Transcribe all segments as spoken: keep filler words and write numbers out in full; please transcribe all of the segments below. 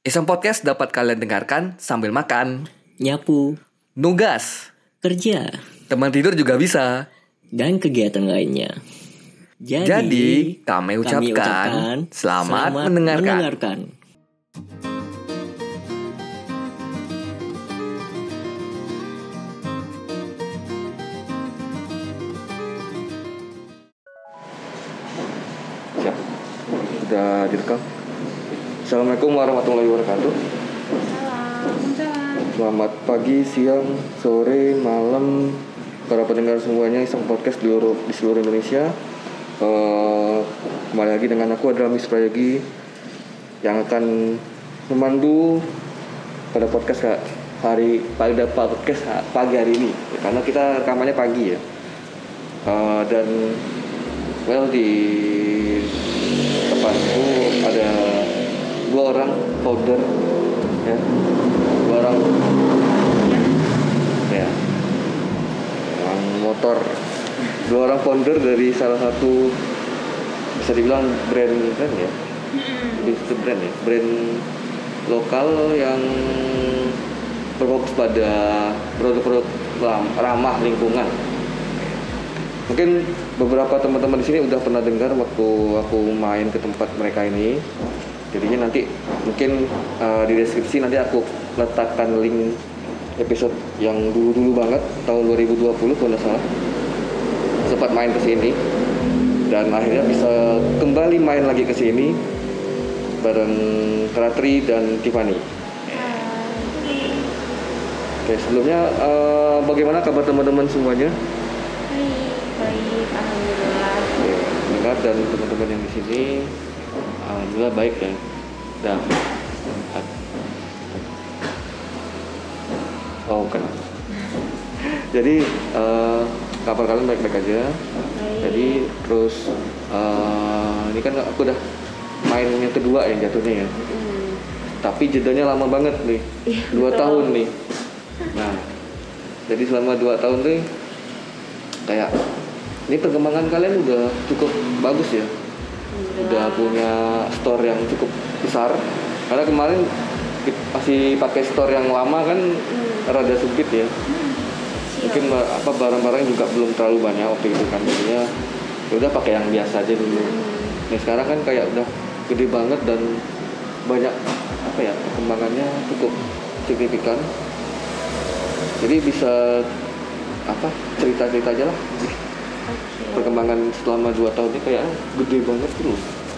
Iseng Podcast dapat kalian dengarkan sambil makan, nyapu, nugas, kerja, teman tidur juga bisa. dan kegiatan lainnya. Jadi, Jadi, kami kami ucapkan, ucapkan selamat, mendengarkan. mendengarkan. Siap. Udah direkam. Assalamualaikum warahmatullahi wabarakatuh. Selamat pagi, siang, sore, malam para pendengar semuanya Iseng Podcast di seluruh, di seluruh Indonesia. Uh, kembali lagi dengan aku adalah Miss Prayogi yang akan memandu pada podcast hari pada podcast pagi hari ini, karena kita rekamannya pagi ya. Uh, dan well di depanku ada dua orang founder ya, dua orang ya, yang motor, dua orang founder dari salah satu bisa dibilang brand brand ya, itu brand ya, brand lokal yang berfokus pada produk-produk ramah lingkungan. Mungkin beberapa teman-teman di sini udah pernah dengar waktu aku main ke tempat mereka ini. Jadinya nanti mungkin uh, di deskripsi nanti aku letakkan link episode yang dulu-dulu banget tahun dua ribu dua puluh kalau nggak salah. Sempat main ke sini dan akhirnya bisa kembali main lagi ke sini bareng Kratri dan Tiffany. Oke, sebelumnya uh, bagaimana kabar teman-teman semuanya? Baik, alhamdulillah. Oke, dengar dan teman-teman yang di sini alhamdulillah baik ya. Dah. Oh, kan. Jadi uh, kabar kalian baik-baik aja. Baik. Jadi terus uh, ini kan aku udah main yang kedua yang jatuhnya ya. Mm. Tapi jedanya lama banget nih. Iya, Dua betul. tahun nih. Nah, jadi selama dua tahun nih kayak ini perkembangan kalian udah cukup bagus ya. Udah punya store yang cukup besar. Karena kemarin masih pakai store yang lama kan, hmm. rada sempit ya. Hmm. Mungkin apa barang-barang juga belum terlalu banyak waktu itu kan. Jadinya ya udah pakai yang biasa aja dulu. Hmm. Nah, sekarang kan kayak udah gede banget dan banyak apa ya, perkembangannya cukup signifikan. Jadi bisa apa cerita-cerita aja lah. Okay. Perkembangan selama dua tahun ini kayak gede banget tuh.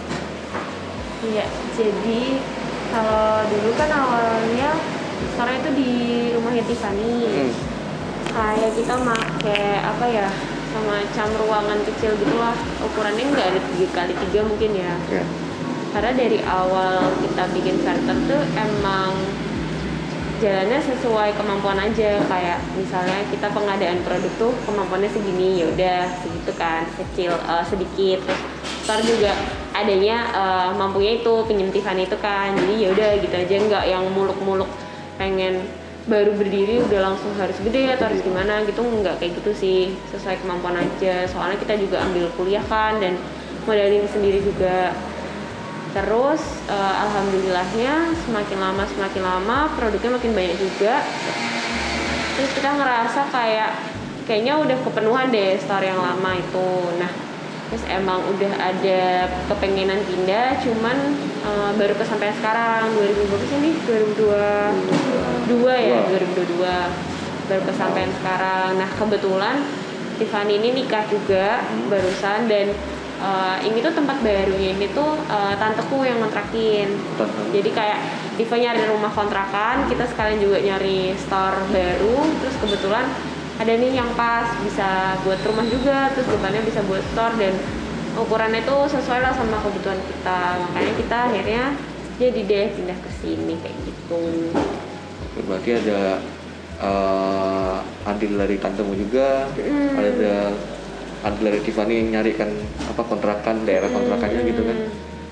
Iya, jadi kalau dulu kan awalnya store itu di rumahnya Tiffany. Hmm. Kayak kita make apa ya, semacam ruangan kecil gitulah, ukurannya nggak ada tiga kali tiga mungkin ya. Yeah. Karena dari awal kita bikin starter tuh emang jalannya sesuai kemampuan aja, kayak misalnya kita pengadaan produk tuh kemampuannya segini, ya udah segitu kan, kecil uh, sedikit. Terus store juga adanya uh, mampunya itu pinjem Tiffany itu kan, jadi ya udah gitu aja, nggak yang muluk-muluk pengen baru berdiri udah langsung harus gede atau harus gimana gitu, nggak kayak gitu sih, sesuai kemampuan aja. Soalnya kita juga ambil kuliah kan dan modalin sendiri juga. Terus uh, alhamdulillahnya semakin lama semakin lama produknya makin banyak juga. Terus kita ngerasa kayak kayaknya udah kepenuhan deh store yang lama itu. Nah, terus emang udah ada kepengenan pindah, cuman uh, baru kesampaian sekarang dua ribu berapa sih nih? dua ribu dua puluh dua ya, dua ribu dua puluh dua baru kesampaian sekarang. Nah, kebetulan Tiffany ini nikah juga barusan dan Uh, ini tuh tempat barunya ini tuh uh, tanteku yang ngontrakin. Jadi kayak Tifa nyari rumah kontrakan, kita sekalian juga nyari store baru. Terus kebetulan ada nih yang pas bisa buat rumah juga, terus depannya bisa buat store dan ukurannya tuh sesuai lah sama kebutuhan kita. Makanya kita akhirnya jadi deh pindah ke sini kayak gitu. Berarti ada uh, andil dari tantemu juga, hmm. ada ada dari Tiffany yang nyarikan apa kontrakan daerah kontrakannya hmm. gitu kan.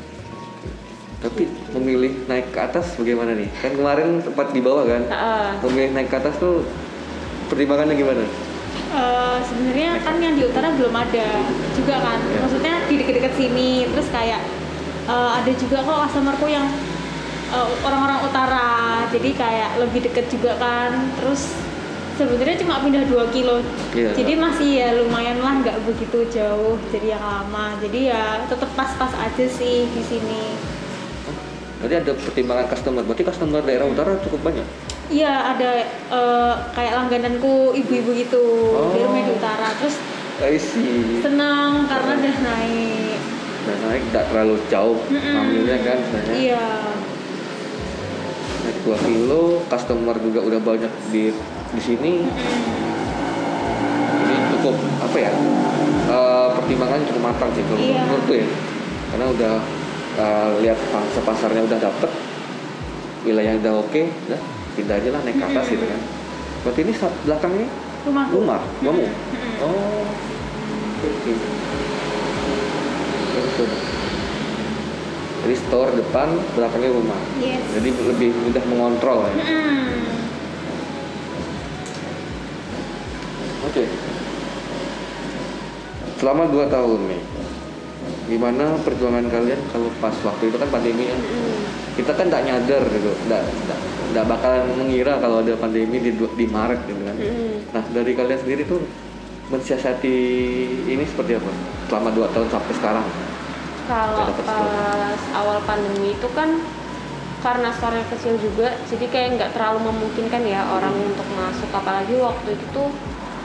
Tapi memilih naik ke atas bagaimana nih? Kan kemarin tempat di bawah kan. Uh. Memilih naik ke atas tuh pertimbangannya gimana? Uh, sebenarnya kan yang di utara belum ada juga kan. Yeah. Maksudnya di dekat-dekat sini. Terus kayak uh, ada juga kok customerku yang uh, orang-orang jadi kayak lebih deket juga kan. Terus sebenarnya cuma pindah dua kilo, Iya. jadi masih ya lumayan lah, nggak begitu jauh jadi yang lama. Jadi ya tetap pas-pas aja sih di sini. Jadi ada pertimbangan customer, berarti customer daerah utara cukup banyak? Iya, ada eh, kayak langgananku ibu-ibu gitu Oh. di rumah di utara. Terus I see. senang karena udah naik. Dan naik tidak terlalu jauh Mm-mm. ngambilnya kan sebenarnya. Iya. Naik dua kilo, customer juga udah banyak di di sini. Jadi cukup apa ya? eh, pertimbangan cukup matang sih kalau Iya. menurutku ya. Karena udah eh, lihat pangsa pasarnya udah dapet, wilayahnya udah oke, udah pindah aja lah naik ke atas gitu kan. Berarti ini saat belakangnya Rumahku. rumah, kamu? Mm-mm. Oh, oke. Betul. Jadi store depan, belakangnya rumah. Yes. Jadi lebih mudah mengontrol ya. Mm-mm. Oke. Selama dua tahun nih, gimana perjuangan kalian kalau pas waktu itu kan pandemi ya? Kita kan tidak nyadar gitu, tidak bakalan mengira kalau ada pandemi di, di Maret gitu kan. Nah dari kalian sendiri tuh mensiasati ini seperti apa? Selama dua tahun sampai sekarang? Kalau Dapat pas awal pandemi itu kan karena store-nya kecil juga, jadi kayak nggak terlalu memungkinkan ya orang untuk masuk. Apalagi waktu itu tuh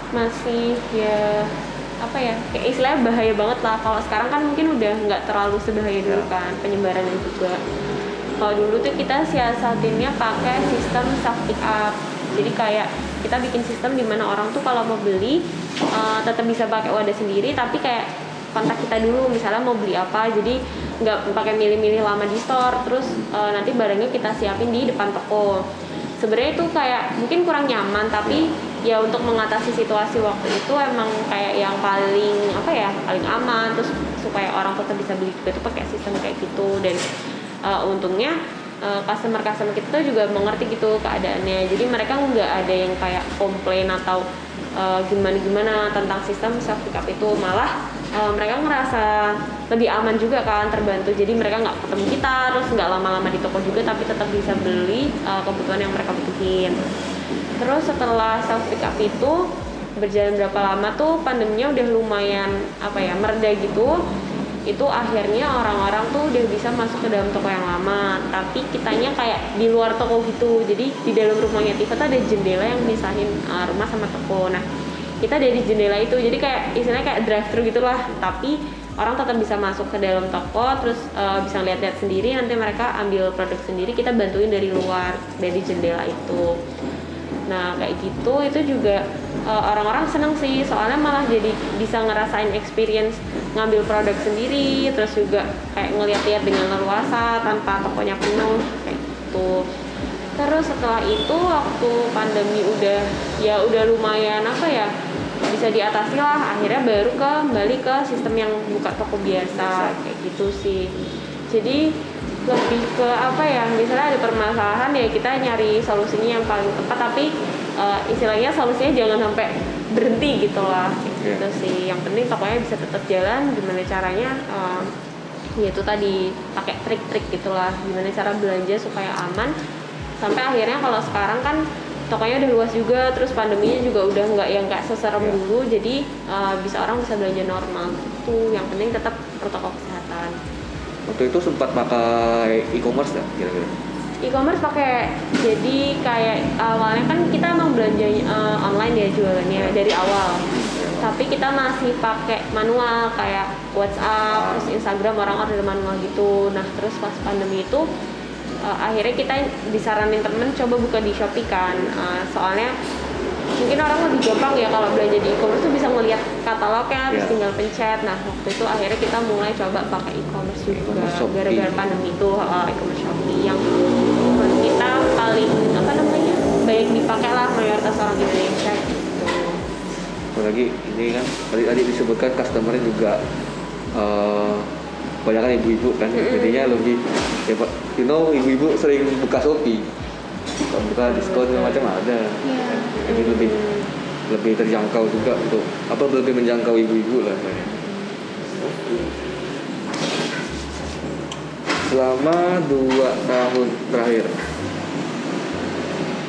masih ya apa ya, kayak istilahnya bahaya banget lah. Kalau sekarang kan mungkin udah nggak terlalu sebahaya dulu Ya. kan penyebarannya juga. Kalau dulu tuh kita siasatinnya pakai sistem self pick up. Jadi kayak kita bikin sistem di mana orang tuh kalau mau beli uh, tetap bisa pakai wadah sendiri, tapi kayak kontak kita dulu misalnya mau beli apa. Jadi nggak pakai milih-milih lama di store, terus uh, nanti barangnya kita siapin di depan toko. Sebenarnya itu kayak mungkin kurang nyaman, tapi ya untuk mengatasi situasi waktu itu emang kayak yang paling apa ya, paling aman. Terus supaya orang tetap bisa beli juga tuh pakai sistem kayak gitu. Dan uh, untungnya uh, customer-customer kita tuh juga mengerti gitu keadaannya. Jadi mereka nggak ada yang kayak komplain atau uh, gimana-gimana tentang sistem self pick up itu. Malah uh, mereka ngerasa lebih aman juga kan, terbantu. Jadi mereka nggak ketemu kita, terus nggak lama-lama di toko juga, tapi tetap bisa beli uh, kebutuhan yang mereka butuhin. Terus setelah self pick up itu berjalan berapa lama tuh pandeminya udah lumayan apa ya, mereda gitu. Itu akhirnya orang-orang tuh udah bisa masuk ke dalam toko yang lama, tapi kitanya kayak di luar toko gitu. Jadi di dalam rumahnya Tifa tuh ada jendela yang misahin uh, rumah sama toko. Nah kita dari jendela itu, jadi kayak istilahnya kayak drive thru gitulah, tapi orang tetap bisa masuk ke dalam toko, terus uh, bisa lihat-lihat sendiri. Nanti mereka ambil produk sendiri, kita bantuin dari luar dari jendela itu. Nah kayak gitu, itu juga uh, orang-orang seneng sih, soalnya malah jadi bisa ngerasain experience ngambil produk sendiri, terus juga kayak ngeliat-liat dengan leluasa tanpa tokonya penuh kayak gitu. Terus setelah itu waktu pandemi udah ya udah lumayan apa ya, bisa diatasi lah, akhirnya baru kembali ke sistem yang buka toko biasa kayak gitu sih. Jadi lebih ke apa ya, misalnya ada permasalahan ya kita nyari solusinya yang paling tepat, tapi uh, istilahnya solusinya jangan sampai berhenti gitu lah gitu Yeah. sih. Yang penting tokonya bisa tetap jalan. Gimana caranya uh, ya itu tadi pakai trik-trik gitulah, gimana cara belanja supaya aman. Sampai akhirnya kalau sekarang kan tokonya udah luas juga, terus pandeminya juga udah nggak yang kayak seserem Yeah. dulu, jadi uh, bisa orang bisa belanja normal gitu. Yang penting tetap protokol kesehatan. Waktu itu sempat pakai e-commerce nggak kira-kira? E-commerce pakai, jadi kayak awalnya kan kita emang belanja uh, online ya jualannya dari awal, tapi kita masih pakai manual kayak WhatsApp, terus Instagram orang order manual gitu. Nah terus pas pandemi itu uh, akhirnya kita disaranin temen coba buka di Shopee kan, uh, soalnya mungkin orang lebih gampang ya kalau belanja di e-commerce tuh bisa ngelihat katalognya, terus Yeah. tinggal pencet. Nah waktu itu akhirnya kita mulai coba pakai e-commerce juga, E-commerce Shopee. gara-gara pandemi itu uh, e-commerce Shopee yang menurut kita paling apa namanya banyak dipakai lah mayoritas orang Indonesia gitu. Apalagi ini kan tadi tadi disebutkan customernya juga uh, banyak kan ibu-ibu kan, Mm-hmm. jadinya lebih ya Pak, you know ibu-ibu sering buka Shopee, buka diskon macam ada. Iya. Jadi lebih lebih terjangkau juga untuk apa, lebih menjangkau ibu-ibu lah sebenarnya. Selama dua tahun terakhir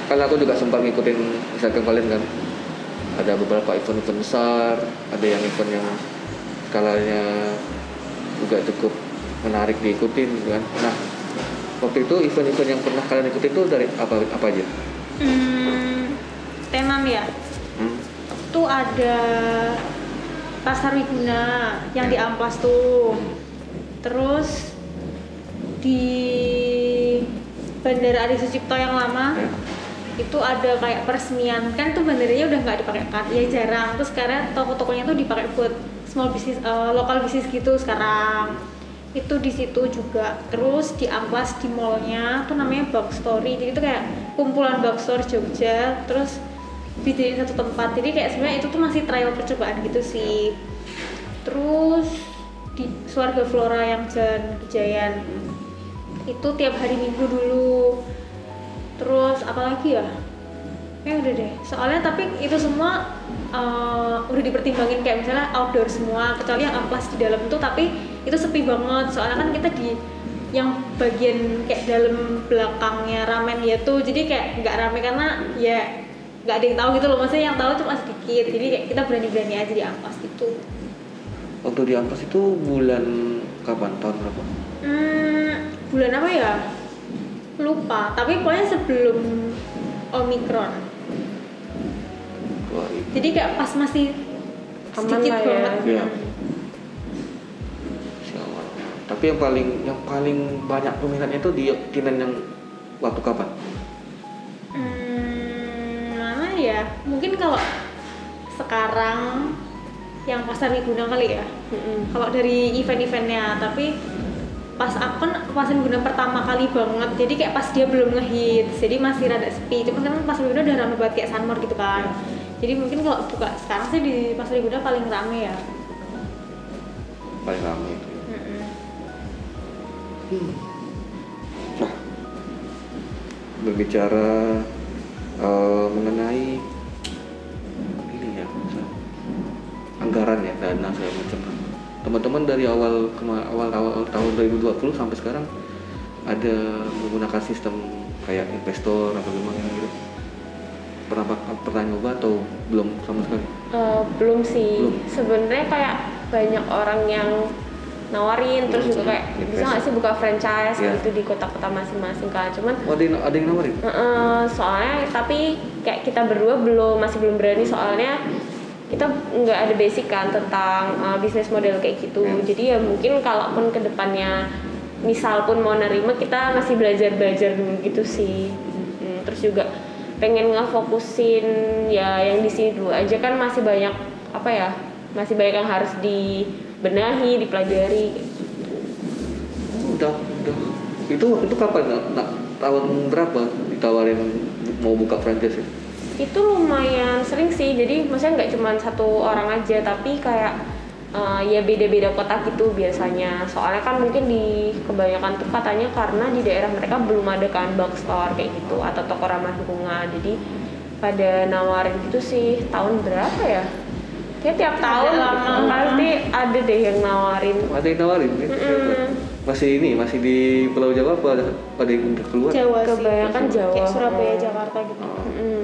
kan aku juga sempat ngikutin Instagram kalian kan, ada beberapa event-event besar, ada yang event yang skalanya juga cukup menarik diikutin gitu kan. Nah waktu itu event-event yang pernah kalian ikutin itu dari apa apa aja? Hmm, Tenan ya. Hmm? Tuh ada Pasar Wiguna yang di Amplas tuh. Terus di Bandara Adi Sucipto yang lama Ya. itu ada kayak peresmian, kan tuh bandaranya udah nggak dipakai kan, ya jarang. Terus sekarang toko-tokonya tuh dipakai buat small business, uh, lokal bisnis gitu sekarang. Itu di situ juga. Terus di Amplas di mallnya tuh namanya Backstory, jadi itu kayak kumpulan Backstory Jogja, terus dijadiin satu tempat. Jadi kayak sebenarnya itu tuh masih trial percobaan gitu sih. Terus di Swarga Flora yang Jalan Kejayaan itu tiap hari Minggu dulu. Terus apalagi ya? Ya udah deh. Soalnya tapi itu semua uh, udah dipertimbangin, kayak misalnya outdoor semua, kecuali yang Amplas di dalam itu, tapi itu sepi banget. Soalnya kan kita di yang bagian kayak dalam belakangnya ramen ya tuh, jadi kayak nggak rame karena ya nggak ada yang tahu gitu loh. Maksudnya yang tahu cuma sedikit. Jadi kayak kita berani-berani aja di Amplas gitu. Waktu di Amplas itu bulan kapan? Tahun berapa? Hmm, bulan apa ya? Lupa, tapi pokoknya sebelum Omikron. Wah, itu. Jadi kayak pas masih Aman sedikit lah ya. banget. Iya. Sialan. Tapi yang paling yang paling banyak peminatnya itu di Tinan yang waktu kapan? Hmm, mana ya? Mungkin kalau sekarang yang Pasar Wiguna kali ya. Mm-mm. Kalau dari event-eventnya, tapi pas aku kan Pasar Wiguna pertama kali banget, jadi kayak pas dia belum ngehits, jadi masih rada sepi. Cuma kan Pasar Wiguna udah rame banget kayak Sunmore gitu kan. Jadi mungkin kalau buka sekarang sih di Pasar Wiguna paling rame ya. Paling ramai itu. Mm-mm. Hmm. Nah, berbicara uh, mengenai ini ya, anggaran ya, dana segala macam. Teman-teman dari awal awal awal tahun dua ribu dua puluh sampai sekarang ada menggunakan sistem kayak investor atau gimana gitu? Pernah pernah nyoba atau belum sama sekali? Uh, belum sih. Belum. Sebenarnya kayak banyak orang yang nawarin, terus juga kayak Invest. bisa nggak sih buka franchise Yeah. gitu di kota-kota masing-masing kan. Cuman Oh, ada yang, ada yang nawarin? uh, soalnya tapi kayak kita berdua belum masih belum berani, soalnya kita nggak ada basic kan tentang uh, bisnis model kayak gitu. Yeah. Jadi ya mungkin kalaupun kedepannya misal pun mau nerima, kita masih belajar-belajar dulu gitu sih. Hmm, terus juga pengen ngefokusin ya yang di sini dulu aja, kan masih banyak apa ya, masih banyak yang harus dibenahi, dipelajari gitu. Udah, udah. Itu itu kapan? Nah, nah, tahun berapa ditawarin mau buka franchise itu? Itu lumayan sering sih, jadi maksudnya nggak cuma satu orang aja, tapi kayak uh, ya beda-beda kota gitu biasanya. Soalnya kan mungkin di kebanyakan tuh katanya karena di daerah mereka belum ada kan bookstore kayak gitu atau toko ramah lingkungan, jadi pada nawarin gitu sih. Tahun berapa ya? Kayak tiap tahun lama. pasti ada deh yang nawarin. Ada yang nawarin? Mm-mm. Masih ini, masih di Pulau Jawa apa ada, ada yang udah keluar? Jawa sih. Kebanyakan Jawa. Kayak Surabaya, Jakarta gitu. Oh, Mm-mm.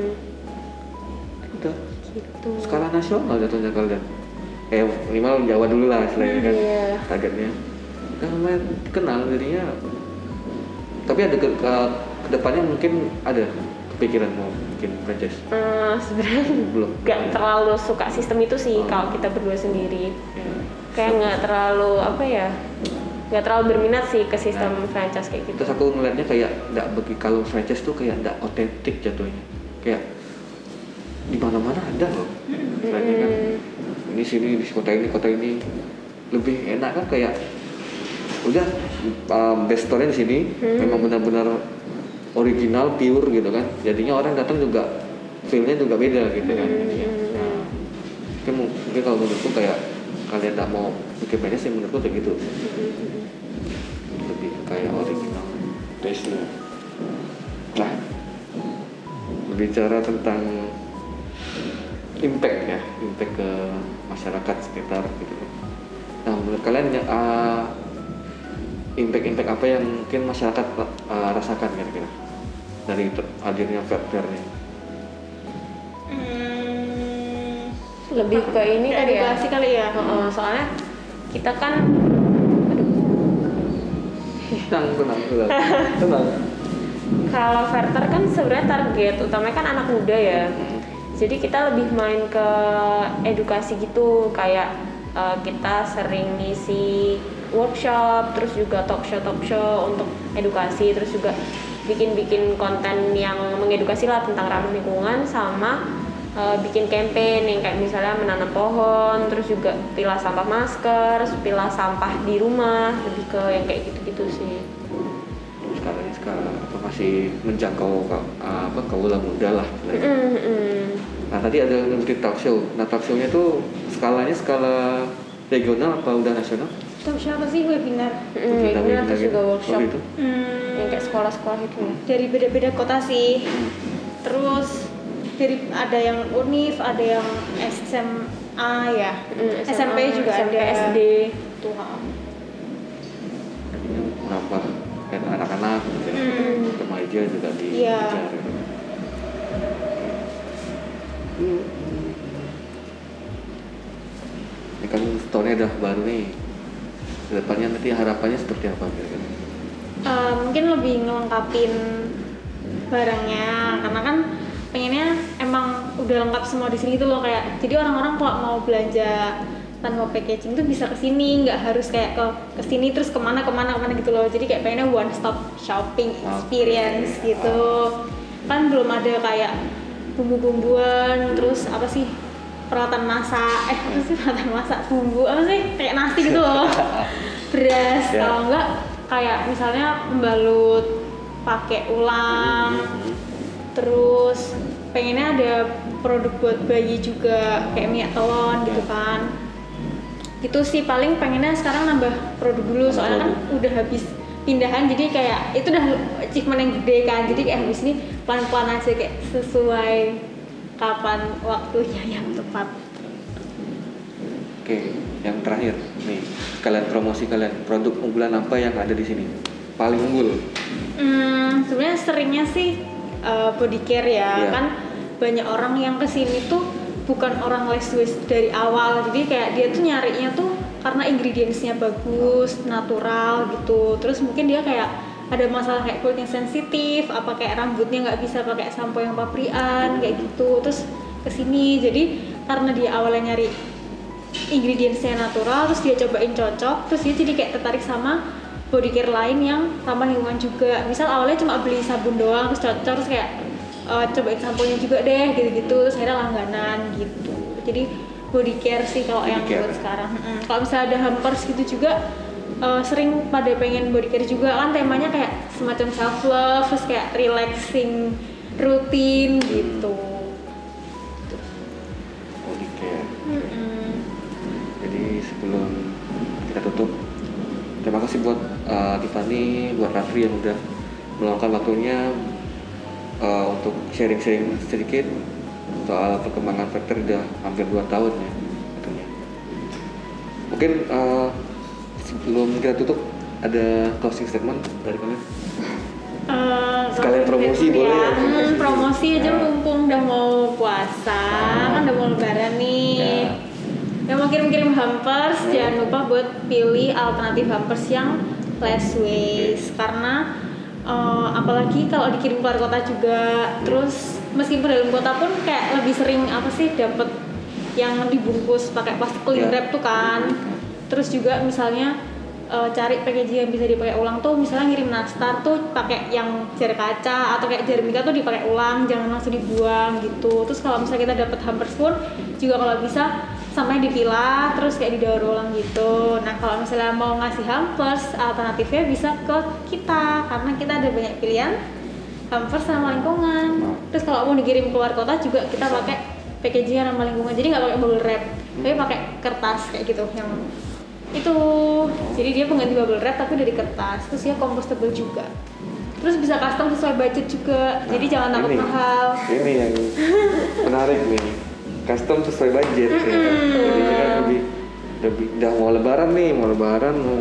udah. Gitu. Skala nasional jatuhnya kalian. Eh, minimal Jawa dulu lah istilahnya kan. Iya. Targetnya. Kan lumayan kenal jadinya. Tapi ada ke, ke kedepannya mungkin ada kepikiran mau bikin franchise? Uh, sebenarnya Belum. nggak terlalu suka sistem itu sih. Oh. Kalau kita berdua sendiri kayak nggak terlalu apa ya, nggak terlalu berminat sih ke sistem Nah. franchise kayak gitu. Terus aku ngeliatnya kayak nggak bagi kalau franchise tuh kayak nggak otentik jatuhnya. Kayak di mana-mana ada loh. Istilahnya kan. Mm. Ini sini di kota ini kota ini lebih enak kan, kayak udah um, best store-nya di sini Hmm. memang benar-benar original pure gitu kan, jadinya orang datang juga feel-nya juga beda gitu kan. Jadinya. Nah, mungkin, mungkin kalau menurutku kayak kalian nggak mau bikin franchise, yang menurutku kayak gitu lebih kayak original taste-nya. Nah, berbicara tentang impact ya, impact ke masyarakat sekitar gitu. Nah, menurut kalian ya, uh, impact-impact apa yang mungkin masyarakat uh, rasakan kira-kira dari ter- hadirnya fair-fair nih? Hmm, Lebih ke ini kayak kali ya. edukasi kali ya. Heeh, soalnya kita kan Tenang, tenang, tenang. tenang. kalau Verter kan sebenarnya target utamanya kan anak muda ya. Hmm. Jadi kita lebih main ke edukasi gitu, kayak uh, kita sering ngisi workshop, terus juga talk show talk show untuk edukasi, terus juga bikin-bikin konten yang mengedukasi lah tentang ramah lingkungan, sama uh, bikin campaign yang kayak misalnya menanam pohon, terus juga pilah sampah masker, pilah sampah di rumah, lebih ke yang kayak gitu-gitu sih. Sekarang sekarang apa masih menjangkau ka- apa kaula muda lah. Mm-mm. Nah tadi ada nyebutin talk show. Nah talk show-nya tuh skalanya skala regional apa udah nasional? Talk show apa sih webinar? Mm, Webinar- ini webinar terus gitu. juga workshop Oh gitu. Hmm, yang kayak sekolah-sekolah itu ya. dari beda-beda kota sih. Terus dari ada yang univ, ada yang S M A ya, Mm, S M P juga S M P, ada. S D. Tuh, ha. Menambah kan anak-anak gitu ya. Hmm. Remaja juga Iya. dikejar. Hmm. Ini kan store-nya udah baru nih. Kedepannya nanti harapannya seperti apa kira-kira? Eh, mungkin lebih ngelengkapin barangnya, karena kan pengennya emang udah lengkap semua di sini tuh loh, kayak jadi orang-orang kalau mau belanja tanpa packaging tuh bisa kesini, nggak harus kayak ke kesini terus kemana kemana kemana gitu loh. Jadi kayak pengennya one stop shopping experience Oke. gitu. Kan belum ada kayak bumbu-bumbuan, terus apa sih peralatan masak, eh apa sih peralatan masak, bumbu apa sih kayak nasi gitu loh, beras. Ya. Kalau enggak kayak misalnya membalut pakai ulang, terus pengennya ada produk buat bayi juga kayak minyak telon gitu kan. Itu sih paling pengennya sekarang nambah produk dulu, soalnya kan udah habis pindahan, jadi kayak itu udah achievement yang gede kan, jadi kayak habis ini pelan-pelan aja kayak sesuai kapan waktunya yang tepat. Oke, yang terakhir nih, kalian promosi kalian produk unggulan apa yang ada di sini? Paling unggul? Hmm, sebenarnya seringnya sih uh, body care ya, Iya. kan banyak orang yang kesini tuh bukan orang less waste dari awal, jadi kayak dia tuh nyarinya tuh karena ingredientsnya bagus, natural gitu. Terus mungkin dia kayak ada masalah kayak kulit yang sensitif, apa kayak rambutnya nggak bisa pakai sampo yang pabrikan kayak gitu. Terus kesini, jadi karena dia awalnya nyari ingredientsnya natural, terus dia cobain cocok, terus dia jadi kayak tertarik sama body care lain yang ramah lingkungan juga. Misal awalnya cuma beli sabun doang terus cocok, terus kayak uh, cobain samponya juga deh gitu-gitu, terus akhirnya langganan gitu. Jadi body care sih kalau Body yang care. buat sekarang. Mm-mm. Kalau misalnya ada hampers gitu juga uh, sering pada pengen body care juga, kan temanya kayak semacam self love, terus kayak relaxing rutin gitu. Body care. Mm-mm. Jadi sebelum kita tutup, terima kasih buat uh, Tiffany, buat Rafli yang udah meluangkan waktunya uh, untuk sharing-sharing sedikit soal perkembangan Factor udah hampir dua tahun ya tentunya. Mungkin uh, sebelum kita tutup ada closing statement dari kalian? Uh, Sekalian promosi ya. boleh ya, Hmm, promosi. promosi aja Nah. mumpung udah mau puasa, kan udah mau lebaran nih. Ya. Yang mau kirim-kirim hampers, Hmm. jangan lupa buat pilih alternatif hampers yang less waste, karena uh, apalagi kalau dikirim keluar kota juga, terus meskipun dalam kota pun kayak lebih sering apa sih dapet yang dibungkus pakai plastik cling Ya. wrap tuh kan. Terus juga misalnya uh, cari packaging yang bisa dipakai ulang tuh, misalnya ngirim nastar tuh pakai yang jar kaca atau kayak jar mika tuh dipakai ulang, jangan langsung dibuang gitu. Terus kalau misalnya kita dapat hampers pun juga kalau bisa sampai dipilah terus kayak didaur ulang gitu. Nah kalau misalnya mau ngasih hampers, alternatifnya bisa ke kita karena kita ada banyak pilihan hampers sama lingkungan. Terus kalau mau dikirim keluar kota juga kita pakai packaging yang ramah lingkungan, jadi nggak pakai bubble wrap, tapi pakai kertas kayak gitu yang itu. Jadi dia pengganti bubble wrap tapi dari kertas, terus dia compostable juga. Terus bisa custom sesuai budget juga, jadi jangan takut ini, mahal. Ini yang menarik nih, custom sesuai budget ya. Jadi kan lebih, lebih udah mau lebaran nih, mau lebaran mau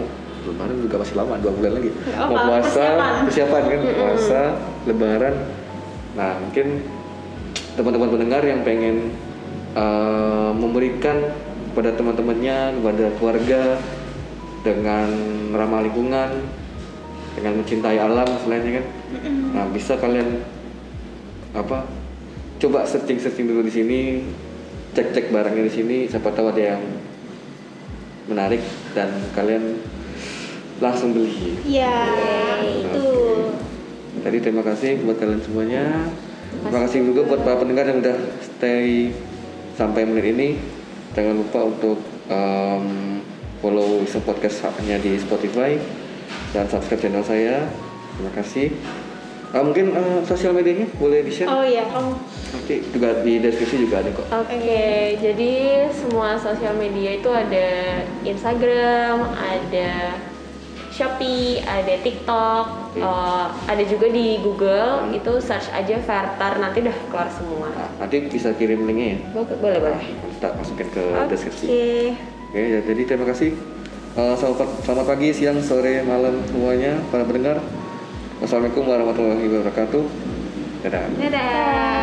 Lebaran juga masih lama, dua bulan lagi. Oh, Mau puasa, persiapan. persiapan kan, puasa, Lebaran. Nah mungkin teman-teman pendengar yang pengen uh, memberikan kepada teman-temannya, kepada keluarga dengan ramah lingkungan, dengan mencintai alam selainnya kan. Nah bisa kalian apa? Coba searching-searching dulu di sini, cek-cek barangnya di sini, siapa tahu ada yang menarik dan kalian langsung beli. Iya, itu. Jadi terima kasih buat kalian semuanya. Terima kasih juga buat para pendengar yang udah stay sampai menit ini. Jangan lupa untuk um, follow Iseng Podcast hanya di Spotify dan subscribe channel saya. Terima kasih. Uh, mungkin uh, sosial medianya boleh di-share? Oh iya, oh. Nanti juga di deskripsi juga ada kok. Oke, okay, jadi semua sosial media itu ada Instagram, ada Shopee, ada TikTok, okay. uh, ada juga di Google. Hmm. Itu search aja Vertar, nanti udah keluar semua. Nah, nanti bisa kirim linknya ya? Boleh, boleh, boleh. Kita masukin ke Okay. deskripsi. Oke, ya, jadi terima kasih. Uh, selamat, selamat pagi, siang, sore, malam semuanya para pendengar. Wassalamualaikum warahmatullahi wabarakatuh. Dadah. Dadah.